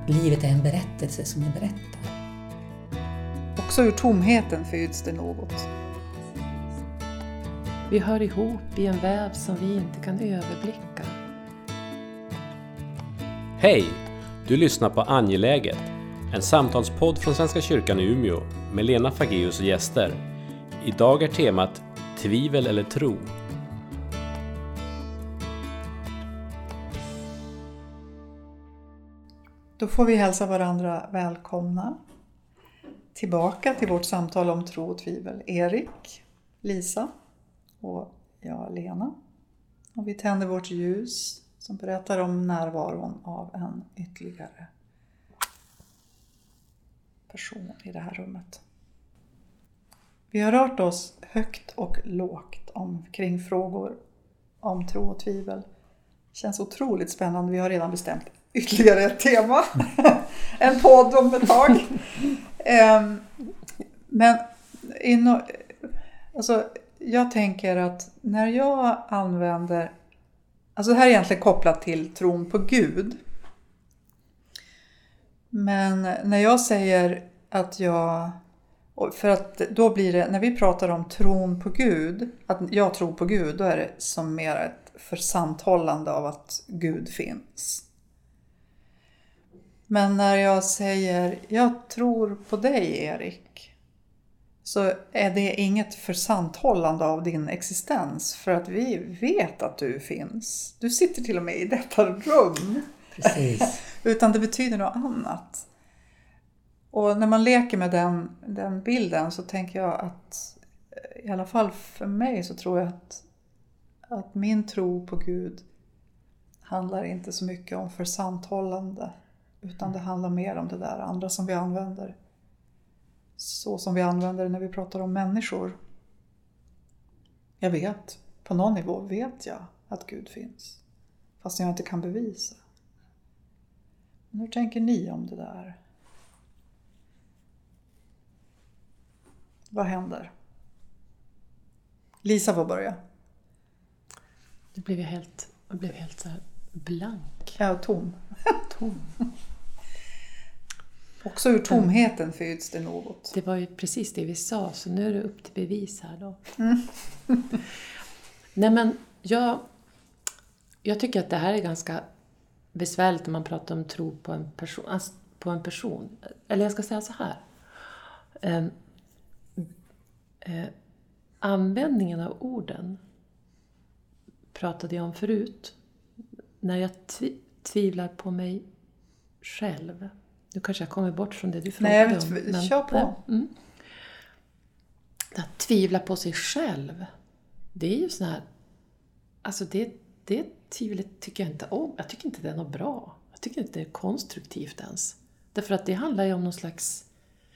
Livet är en berättelse som jag berättar. Också ur tomheten föds det något. Vi hör ihop i en väv som vi inte kan överblicka. Hej! Du lyssnar på Angeläget, en samtalspodd från Svenska kyrkan i Umeå med Lena Fageus och gäster. Idag är temat tvivel eller tro. Då får vi hälsa varandra välkomna tillbaka till vårt samtal om tro och tvivel. Erik, Lisa och jag, Lena. Och vi tänder vårt ljus som berättar om närvaron av en ytterligare person i det här rummet. Vi har rört oss högt och lågt kring frågor om tro och tvivel. Det känns otroligt spännande. Vi har redan bestämt ytterligare ett tema. En podd om ett tag. Men jag tänker att när jag använder... Alltså det här är egentligen kopplat till tron på Gud. Men när jag säger att jag... För att då blir det, när vi pratar om tron på Gud, att jag tror på Gud, då är det som mer ett försanthållande av att Gud finns. Men när jag säger, jag tror på dig Erik, så är det inget försanthållande av din existens. För att vi vet att du finns. Du sitter till och med i detta rum. Precis. Utan det betyder något annat. Och när man leker med den bilden så tänker jag att, i alla fall för mig så tror jag att min tro på Gud handlar inte så mycket om försanthållande. Utan det handlar mer om det där andra som vi använder. Så som vi använder när vi pratar om människor. Jag vet, på någon nivå vet jag att Gud finns. Fast jag inte kan bevisa. Men hur tänker ni om det där? Vad händer? Lisa får börja. Jag blev helt så här blank. Ja, tom. Tom. Också ur tomheten föds det något. Det var ju precis det vi sa, så nu är det upp till bevis här då. Nej men, jag tycker att det här är ganska besvärligt när man pratar om tro på en person. Eller jag ska säga så här. Användningen av orden pratade jag om förut. När jag tvivlar på mig själv. Nu kanske jag kommer bort från det du frågade om. Nej, kör på. Att tvivla på sig själv. Det är ju sån här... Alltså det tvivlet tycker jag inte om. Jag tycker inte det är något bra. Jag tycker inte det är konstruktivt ens. Därför att det handlar ju om någon slags...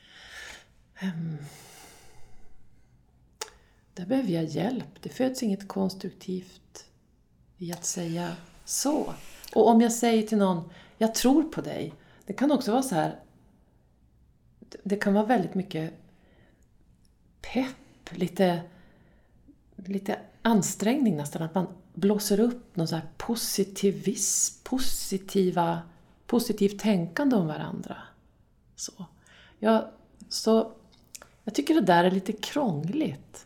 Där behöver jag hjälp. Det föds inget konstruktivt i att säga så. Och om jag säger till någon, jag tror på dig. Det kan också vara så här. Det kan vara väldigt mycket pepp. Lite ansträngning nästan. Att man blåser upp någon så här positivt tänkande om varandra. Så jag tycker det där är lite krångligt.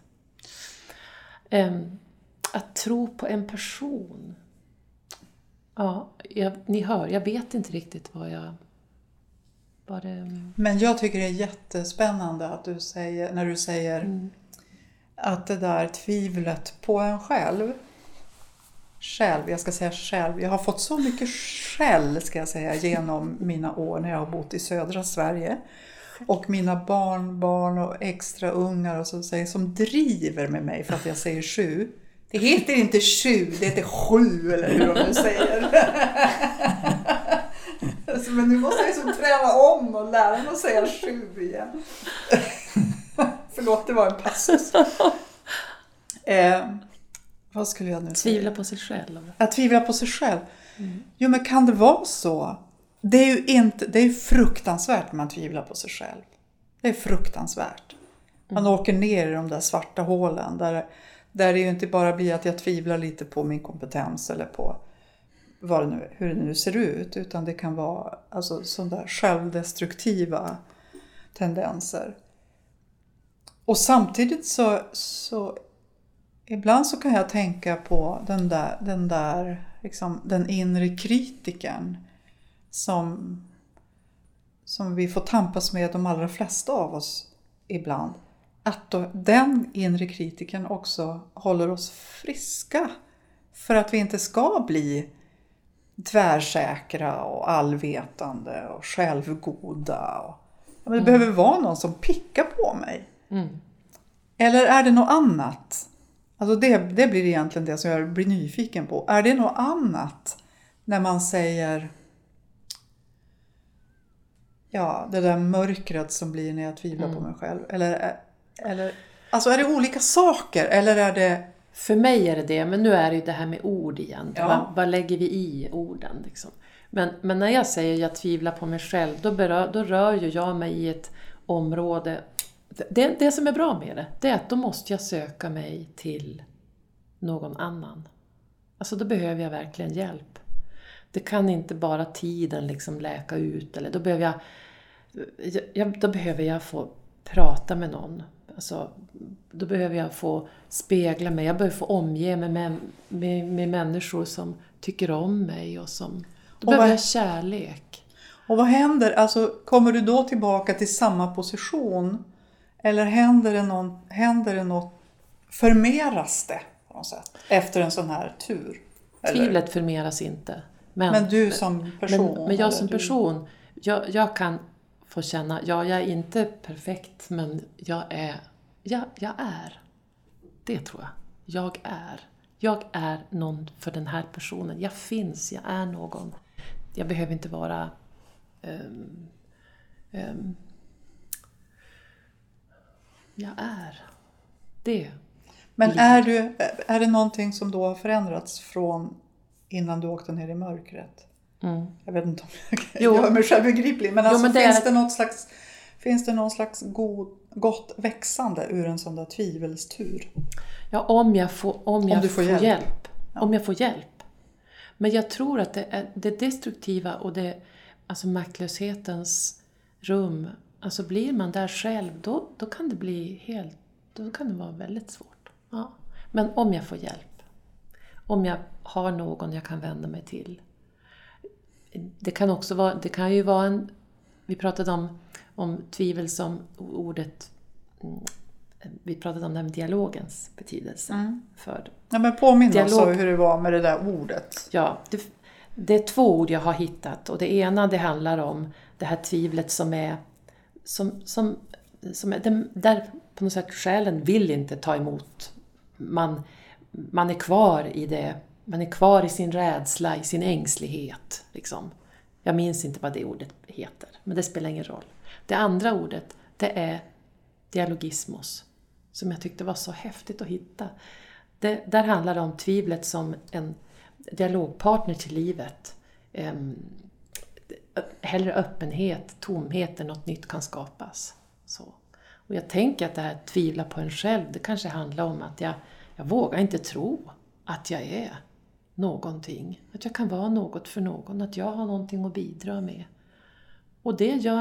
Att tro på en person. Ja, ni hör, jag vet inte riktigt vad det... Men jag tycker det är jättespännande att när du säger att det där tvivlet på en själv, jag ska säga själv, jag har fått så mycket skäll ska jag säga genom mina år när jag har bott i södra Sverige. Och mina barn och extra ungar och så säger, som driver med mig för att jag säger 7. Det heter inte 7, det heter 7 eller hur de nu säger. Men nu måste jag så träna om och lära mig att säga 7 igen. Förlåt, det var en passus. Vad skulle jag nu säga? Tvivla på sig själv. Att tvivla på sig själv. Jo, men kan det vara så? Det är ju fruktansvärt när man tvivlar på sig själv. Det är fruktansvärt. Man åker ner i de där svarta hålen där det ju inte bara blir att jag tvivlar lite på min kompetens eller på hur det nu ser ut, utan det kan vara alltså sådana där självdestruktiva tendenser. Och samtidigt så ibland så kan jag tänka på den där liksom, den inre kritiken som vi får tampas med, de allra flesta av oss ibland. Att den inre kritiken också håller oss friska för att vi inte ska bli tvärsäkra och allvetande och självgoda. Men det behöver vara någon som pickar på mig. Eller är det något annat? Alltså det blir egentligen det som jag blir nyfiken på. Är det något annat när man säger det där mörkret som blir när jag tvivlar på mig själv? Eller alltså är det olika saker eller är det... För mig är det, men nu är det ju det här med ord igen. Ja. Vad lägger vi i orden liksom? Men när jag säger jag tvivlar på mig själv, då rör ju jag mig i ett område. Det som är bra med det är att då måste jag söka mig till någon annan. Alltså då behöver jag verkligen hjälp. Det kan inte bara tiden liksom läka ut. Eller då behöver jag få prata med någon. Alltså, då behöver jag få spegla mig. Jag behöver få omge mig med människor som tycker om mig. Då behöver jag kärlek. Och vad händer? Alltså, kommer du då tillbaka till samma position? Eller händer det något? Förmeras det på något sätt? Efter en sån här tur? Tvivlet förmeras inte. Men du som person? Men jag som person. Jag kan få känna, jag är inte perfekt, men jag är. Det tror jag. Jag är någon för den här personen. Jag finns, jag är någon. Jag behöver inte vara jag är det. Men är det någonting som då har förändrats från innan du åkte ner i mörkret? Jag vet inte om jag gör mig själv begriplig. Men alltså, finns det någon slags gott växande ur en sån där tvivelstur? Ja, om jag får hjälp. Ja. Om jag får hjälp. Men jag tror att det destruktiva och det, alltså maktlöshetens rum, alltså blir man där själv, då kan det bli då kan det vara väldigt svårt. Ja. Men om jag får hjälp, om jag har någon jag kan vända mig till. Det kan ju vara vi pratade om tvivel som ordet, vi pratade om det här med dialogens betydelse. Men påminn oss hur det var med det där ordet. Ja, det är 2 ord jag har hittat. Och det ena, det handlar om det här tvivlet som är där på något sätt själen vill inte ta emot. Man är kvar i det. Man är kvar i sin rädsla, i sin ängslighet. Liksom. Jag minns inte vad det ordet heter, men det spelar ingen roll. Det andra ordet, det är dialogismos, som jag tyckte var så häftigt att hitta. Där handlar det om tvivlet som en dialogpartner till livet. Hellre öppenhet, tomhet där något nytt kan skapas. Så. Och jag tänker att det här tvivla på en själv, det kanske handlar om att jag vågar inte tro att jag är någonting. Att jag kan vara något för någon, att jag har någonting att bidra med. Och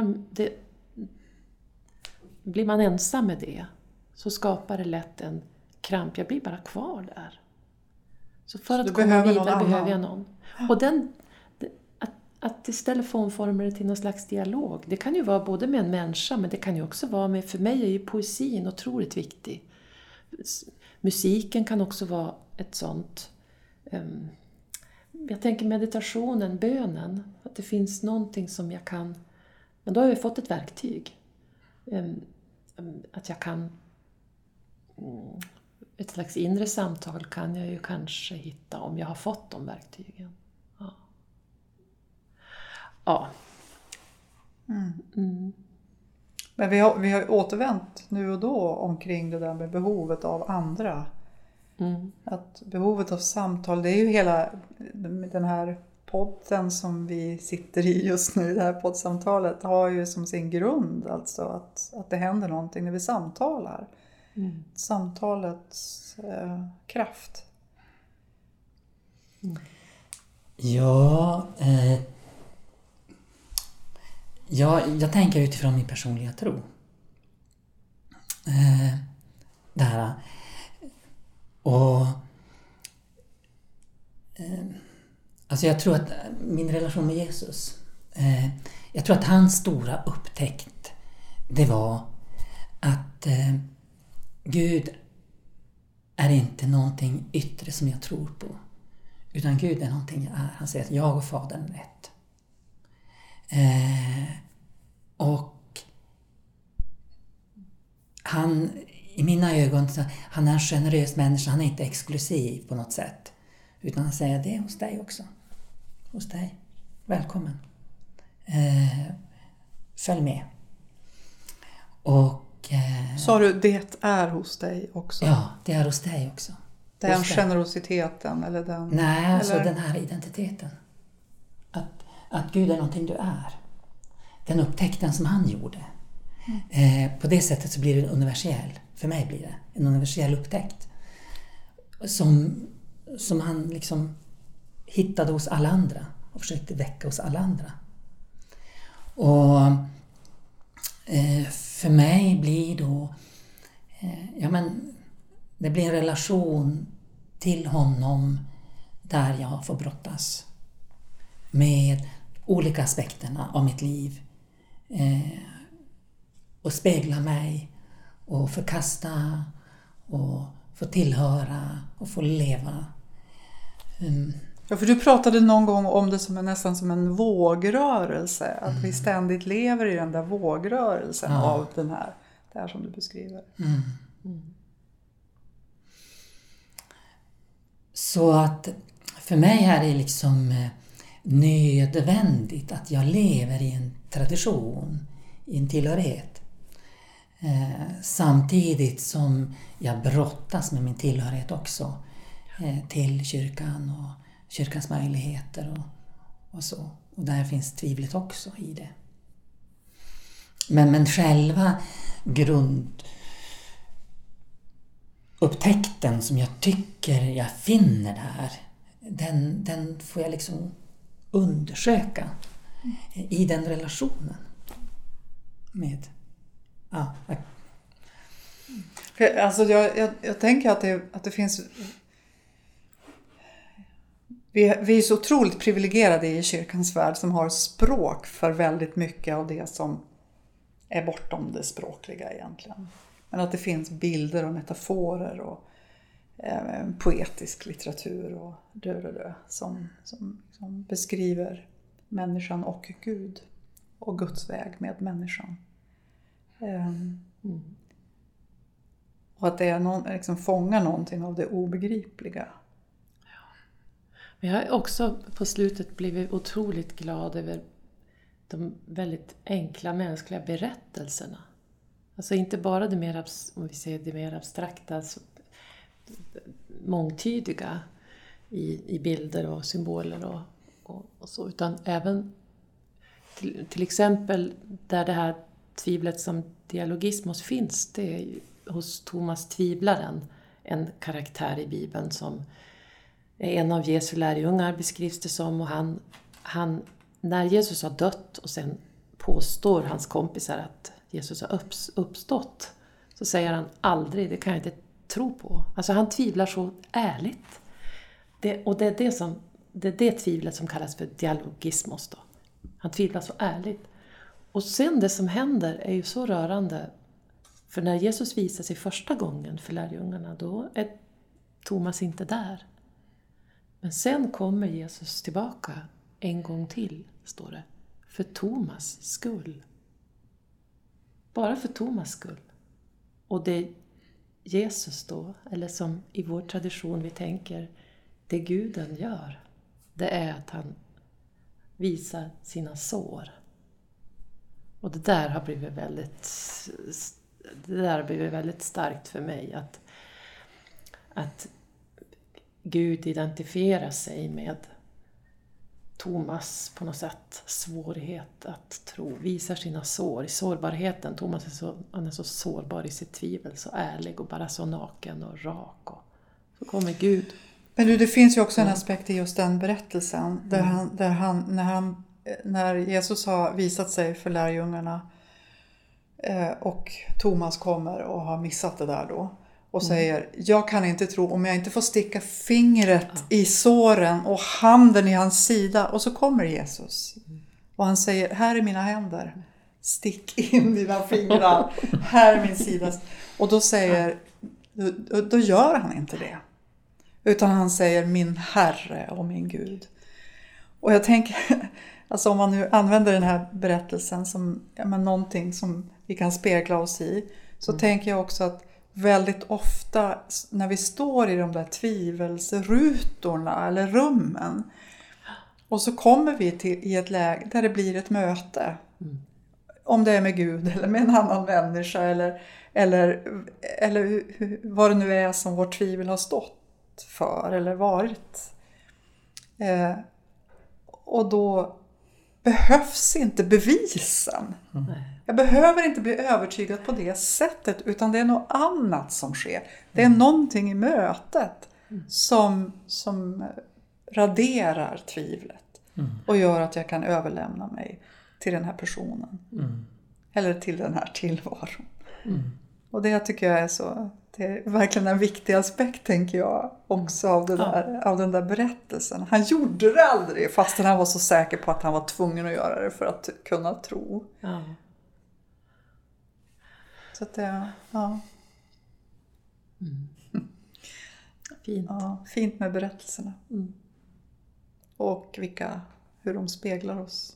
blir man ensam med det, så skapar det lätt en kramp. Jag blir bara kvar där. Så för att komma vidare behöver jag någon. Och att istället få omforma det till någon slags dialog. Det kan ju vara både med en människa, men det kan ju också vara med, för mig är ju poesin otroligt viktig. Musiken kan också vara ett sånt. Jag tänker meditationen, bönen. Att det finns någonting som jag kan. Men då har jag fått ett verktyg. Att jag kan. Ett slags inre samtal kan jag ju kanske hitta om jag har fått de verktygen. Ja. Men vi har återvänt nu och då omkring det där med behovet av andra. Att behovet av samtal, det är ju hela den här podden som vi sitter i just nu, det här poddsamtalet, har ju som sin grund alltså att det händer någonting när vi samtalar. Samtalets kraft. Ja, jag tänker utifrån min personliga tro. Där. Och alltså jag tror att min relation med Jesus, jag tror att hans stora upptäckt, det var att Gud är inte någonting yttre som jag tror på, utan Gud är någonting jag är. Han säger att jag och Fadern är ett. Och han, i mina ögon, han är en generös människa. Han är inte exklusiv på något sätt, utan han säger det är hos dig också. Hos dig. Välkommen. Följ med. Och sa du det är hos dig också? Ja, det är hos dig också. Den generositeten eller den... Nej, alltså den här identiteten. Att Gud är någonting du är. Den upptäckten som han gjorde. På det sättet så blir det universell. För mig blir det en universell upptäckt. Som han liksom hittade hos alla andra. Och försökte väcka hos alla andra. Och för mig blir då... det blir en relation till honom där jag får brottas med olika aspekterna av mitt liv. Och spegla mig och förkasta och få tillhöra och få leva. Ja, för du pratade någon gång om det som nästan som en vågrörelse. Att vi ständigt lever i den där vågrörelsen av det här som du beskriver. Så att för mig är det liksom nödvändigt att jag lever i en tradition, i en tillhörighet. Samtidigt som jag brottas med min tillhörighet också till kyrkan och kyrkans möjligheter och så. Och där finns tvivlet också i det. Men själva grundupptäckten som jag tycker jag finner där, den får jag liksom undersöka i den relationen med... Ja. Alltså jag tänker att det finns... Vi är så otroligt privilegierade i kyrkans värld som har språk för väldigt mycket av det som är bortom det språkliga egentligen. Men att det finns bilder och metaforer och poetisk litteratur och som beskriver människan och Gud och Guds väg med människan. Och att det är liksom fångar någonting av det obegripliga. Men jag har också på slutet blivit otroligt glad över de väldigt enkla mänskliga berättelserna. Alltså inte bara det mer, om vi säger det mer abstrakta, alltså mångtydiga i bilder och symboler och så, utan även till exempel där det här tvivlet som dialogismos finns, det är hos Thomas tvivlaren, en karaktär i Bibeln som en av Jesu lärjungar beskrivs det som, och han när Jesus har dött och sen påstår hans kompisar att Jesus har uppstått, så säger han aldrig, det kan jag inte tro på. Alltså han tvivlar så ärligt. Det är det tvivlet som kallas för dialogismos då. Han tvivlar så ärligt. Och sen det som händer är ju så rörande. För när Jesus visar sig första gången för lärjungarna, då är Thomas inte där. Men sen kommer Jesus tillbaka en gång till, står det. För Thomas skull. Bara för Thomas skull. Och det Jesus då, eller som i vår tradition vi tänker, det Guden gör, det är att han visar sina sår. Och det där har blivit väldigt starkt för mig, att Gud identifierar sig med Thomas på något sätt svårighet att tro, visar sina sår i sårbarheten. Thomas är så sårbar i sitt tvivel, så ärlig och bara så naken och rak. Och så kommer Gud. Men du, det finns ju också en aspekt i just den berättelsen. När Jesus har visat sig för lärjungarna och Thomas kommer och har missat det där då. Och säger, jag kan inte tro om jag inte får sticka fingret i såren och handen i hans sida. Och så kommer Jesus. Och han säger, här är mina händer. Stick in dina fingrar. Här är min sida. Och då gör han inte det. Utan han säger, min Herre och min Gud. Och jag tänker, alltså om man nu använder den här berättelsen som någonting som vi kan spegla oss i. Så tänker jag också att väldigt ofta när vi står i de där tvivelsrutorna eller rummen. Och så kommer vi i ett läge där det blir ett möte. Om det är med Gud eller med en annan människa. Eller vad det nu är som vårt tvivel har stått för eller varit. Och då behövs inte bevisen. Jag behöver inte bli övertygad på det sättet, utan det är något annat som sker. Det är någonting i mötet som raderar tvivlet och gör att jag kan överlämna mig till den här personen. Eller till den här tillvaron. Och det tycker jag det är verkligen en viktig aspekt, tänker jag, också av den där berättelsen. Han gjorde det aldrig, fastän han var så säker på att han var tvungen att göra det för att kunna tro. Ja. Så att det, ja. Fint. Ja, fint med berättelserna. Och hur de speglar oss.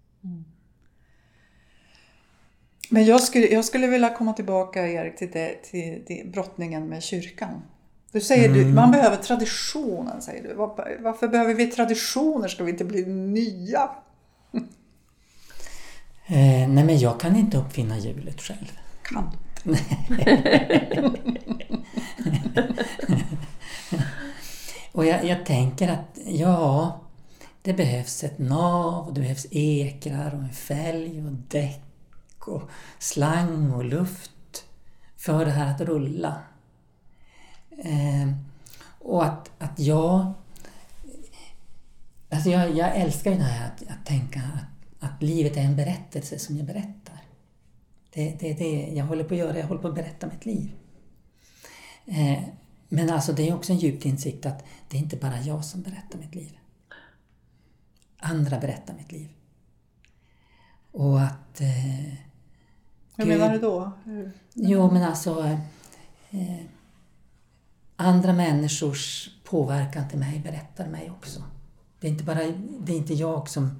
Men jag skulle vilja komma tillbaka, Erik, till brottningen med kyrkan. Du säger man behöver traditionen, säger du. Varför behöver vi traditioner? Ska vi inte bli nya? Nej, men jag kan inte uppfinna hjulet själv. Kan du? Och jag tänker att det behövs ett nav, och det behövs ekrar och en fälg och däck och slang och luft för det här att rulla. Och att jag älskar ju det här att tänka att livet är en berättelse som jag berättar. Det är det jag håller på att göra. Jag håller på att berätta mitt liv. Men alltså det är också en djup insikt att det är inte bara jag som berättar mitt liv. Andra berättar mitt liv. Och att... Hur menar du då? Jo, men alltså... andra människors påverkan till mig berättar mig också. Det är inte jag som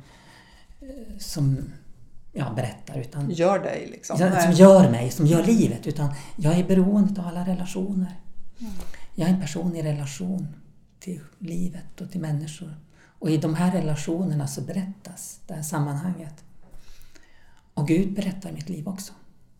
berättar, utan... Gör dig liksom. Som gör mig, som gör livet. Utan jag är beroende av alla relationer. Jag är en person i relation till livet och till människor. Och i de här relationerna så berättas det här sammanhanget. Och Gud berättar mitt liv också.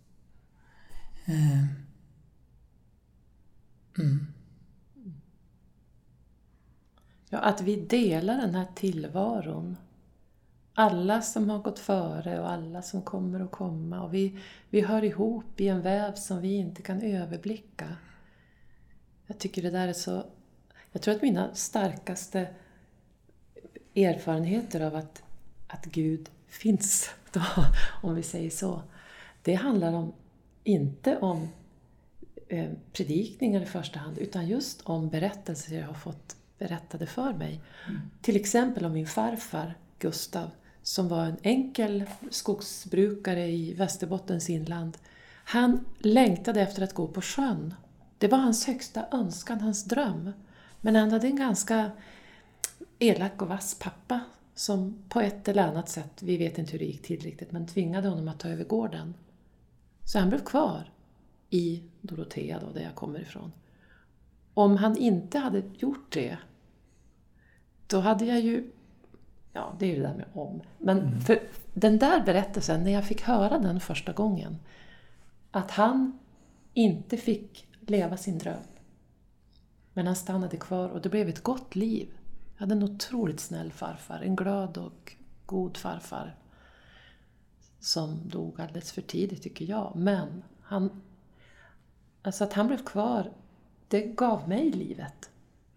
Ja, att vi delar den här tillvaron. Alla som har gått före och alla som kommer att komma. Och vi hör ihop i en väv som vi inte kan överblicka. Jag tycker det där är så... Jag tror att mina starkaste erfarenheter av att Gud finns, då, om vi säger så. Det handlar inte om predikningar i första hand, utan just om berättelser jag har fått berättade för mig. Till exempel om min farfar Gustav, som var en enkel skogsbrukare i Västerbottens inland. Han längtade efter att gå på sjön. Det var hans högsta önskan, hans dröm. Men han hade en ganska elak och vass pappa som på ett eller annat sätt, vi vet inte hur det gick till riktigt, men tvingade honom att ta över gården. Så han blev kvar i Dorotea då, där jag kommer ifrån. Om han inte hade gjort det, då hade jag ju... Ja, det är ju det där med om. Men för den där berättelsen, när jag fick höra den första gången, att han inte fick leva sin dröm. Men han stannade kvar och det blev ett gott liv. Jag hade en otroligt snäll farfar, en glad och god farfar. Som dog alldeles för tidigt, tycker jag. Men att han blev kvar, det gav mig livet.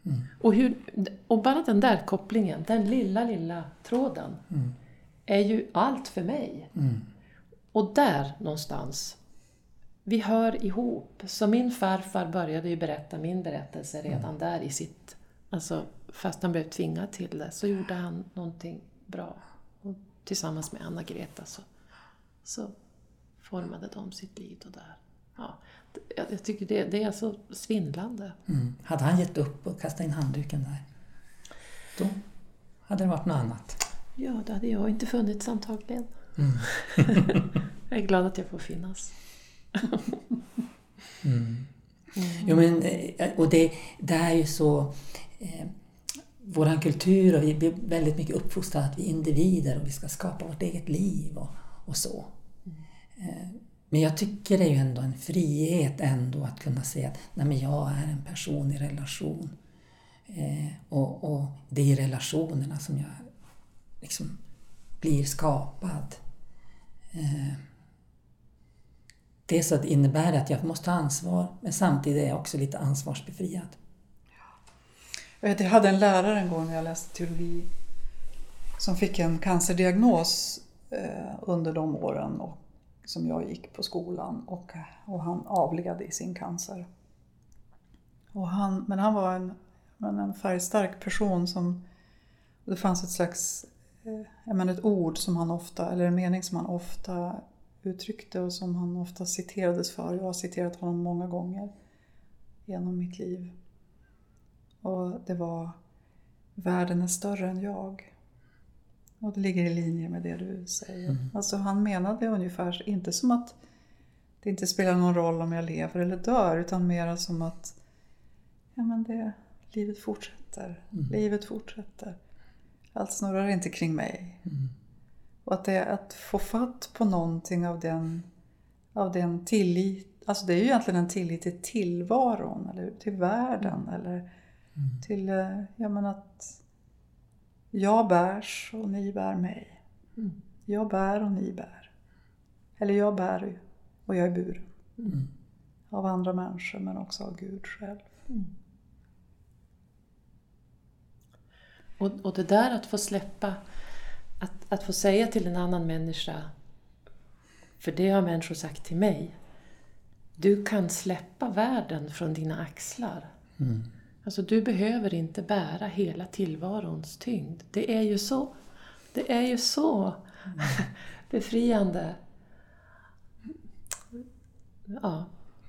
Och bara den där kopplingen, den lilla tråden är ju allt för mig. Och där någonstans, vi hör ihop. Så min farfar började ju berätta min berättelse redan där i sitt, alltså fast han blev tvingad till det, så gjorde han någonting bra. Och tillsammans med Anna-Greta så formade de sitt liv och där. Ja, jag tycker det är så svindlande. Hade han gett upp och kastat in handduken där, då hade det varit något annat. Ja, det hade jag inte funnits antagligen. Jag är glad att jag får finnas. Jo, men, och det är ju så, våran kultur, och vi blir väldigt mycket uppfostrade att vi är individer och vi ska skapa vårt eget liv och så. Men jag tycker det är ju ändå en frihet ändå att kunna säga att nej, men jag är en person i relation. Och det är i relationerna som jag liksom blir skapad. Det är så att det innebär att jag måste ha ansvar, men samtidigt är jag också lite ansvarsbefriad. Jag hade en lärare en gång när jag läste teologi som fick en cancerdiagnos under de åren som jag gick på skolan, och han avled i sin cancer. Men han var en färgstark person och det fanns ett slags ett ord som han ofta, eller en mening som han ofta uttryckte och som han ofta citerades för. Jag har citerat honom många gånger genom mitt liv. Och det var: världen är större än jag. Och det ligger i linje med det du säger. Alltså han menade ungefär inte som att det inte spelar någon roll om jag lever eller dör, utan mer som att livet fortsätter. Livet fortsätter. Allt snurrar inte kring mig. Och att det är att få fatt på någonting av den tillit. Alltså det är ju egentligen en tillit till tillvaron eller till världen eller till att jag bärs och ni bär mig. Jag bär och ni bär. Eller jag bär och jag är buren. Av andra människor men också av Gud själv. Och det där att få släppa, att få säga till en annan människa, för det har människor sagt till mig: du kan släppa världen från dina axlar. Alltså du behöver inte bära hela tillvarons tyngd. Det är ju så befriande. Ja.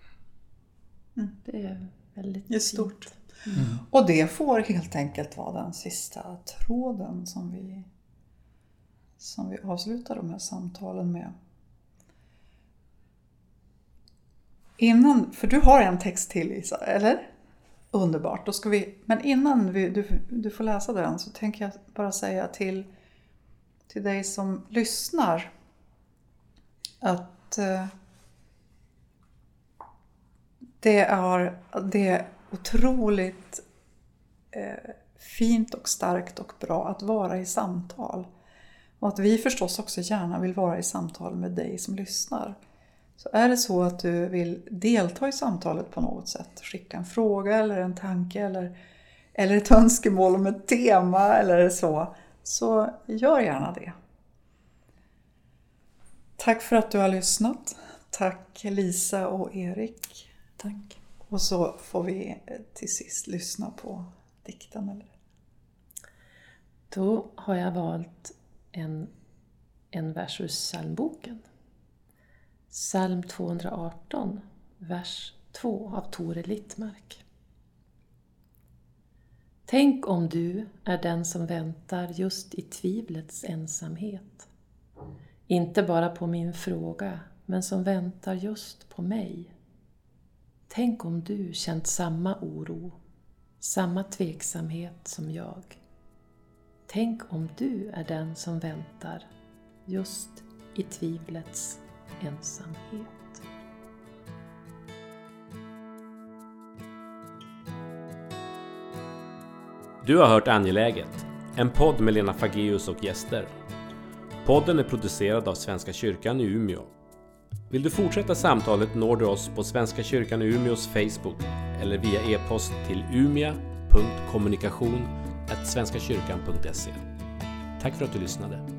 Det är väldigt det är stort. Och det får helt enkelt vara den sista tråden som vi avslutar de här samtalen med. För du har en text till, Lisa, eller? Underbart. Då ska men innan du får läsa den så tänker jag bara säga till dig som lyssnar att det är otroligt fint och starkt och bra att vara i samtal. Och att vi förstås också gärna vill vara i samtal med dig som lyssnar. Så är det så att du vill delta i samtalet på något sätt, skicka en fråga eller en tanke eller ett önskemål om ett tema eller så gör gärna det. Tack för att du har lyssnat. Tack Lisa och Erik. Tack. Och så får vi till sist lyssna på dikten. Eller? Då har jag valt en vers ur psalmboken. Psalm 218, vers 2 av Tore Littmark. Tänk om du är den som väntar just i tvivlets ensamhet. Inte bara på min fråga, men som väntar just på mig. Tänk om du känt samma oro, samma tveksamhet som jag. Tänk om du är den som väntar just i tvivlets ensamhet. Du har hört Angeläget, en podd med Lena Fagéus och gäster. Podden är producerad av Svenska kyrkan i Umeå. Vill du fortsätta samtalet når du oss på Svenska kyrkan i Umeås Facebook eller via e-post till umia mejl.kommunikation@svenskakyrkan.se. Tack för att du lyssnade.